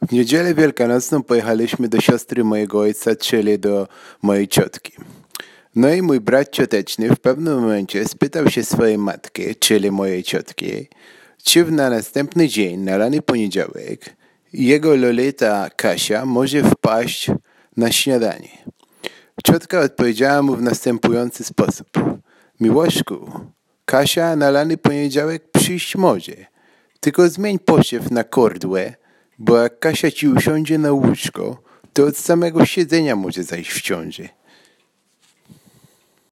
W niedzielę wielkanocną pojechaliśmy do siostry mojego ojca, czyli do mojej ciotki. No i mój brat cioteczny w pewnym momencie spytał się swojej matki, czyli mojej ciotki, czy na następny dzień, na rany poniedziałek, jego Lolita Kasia może wpaść na śniadanie. Ciotka odpowiedziała mu w następujący sposób. Miłoszku, Kasia na rany poniedziałek przyjść może, tylko zmień posiew na kordłę, bo jak Kasia ci usiądzie na łóżko, to od samego siedzenia może zajść w ciąży.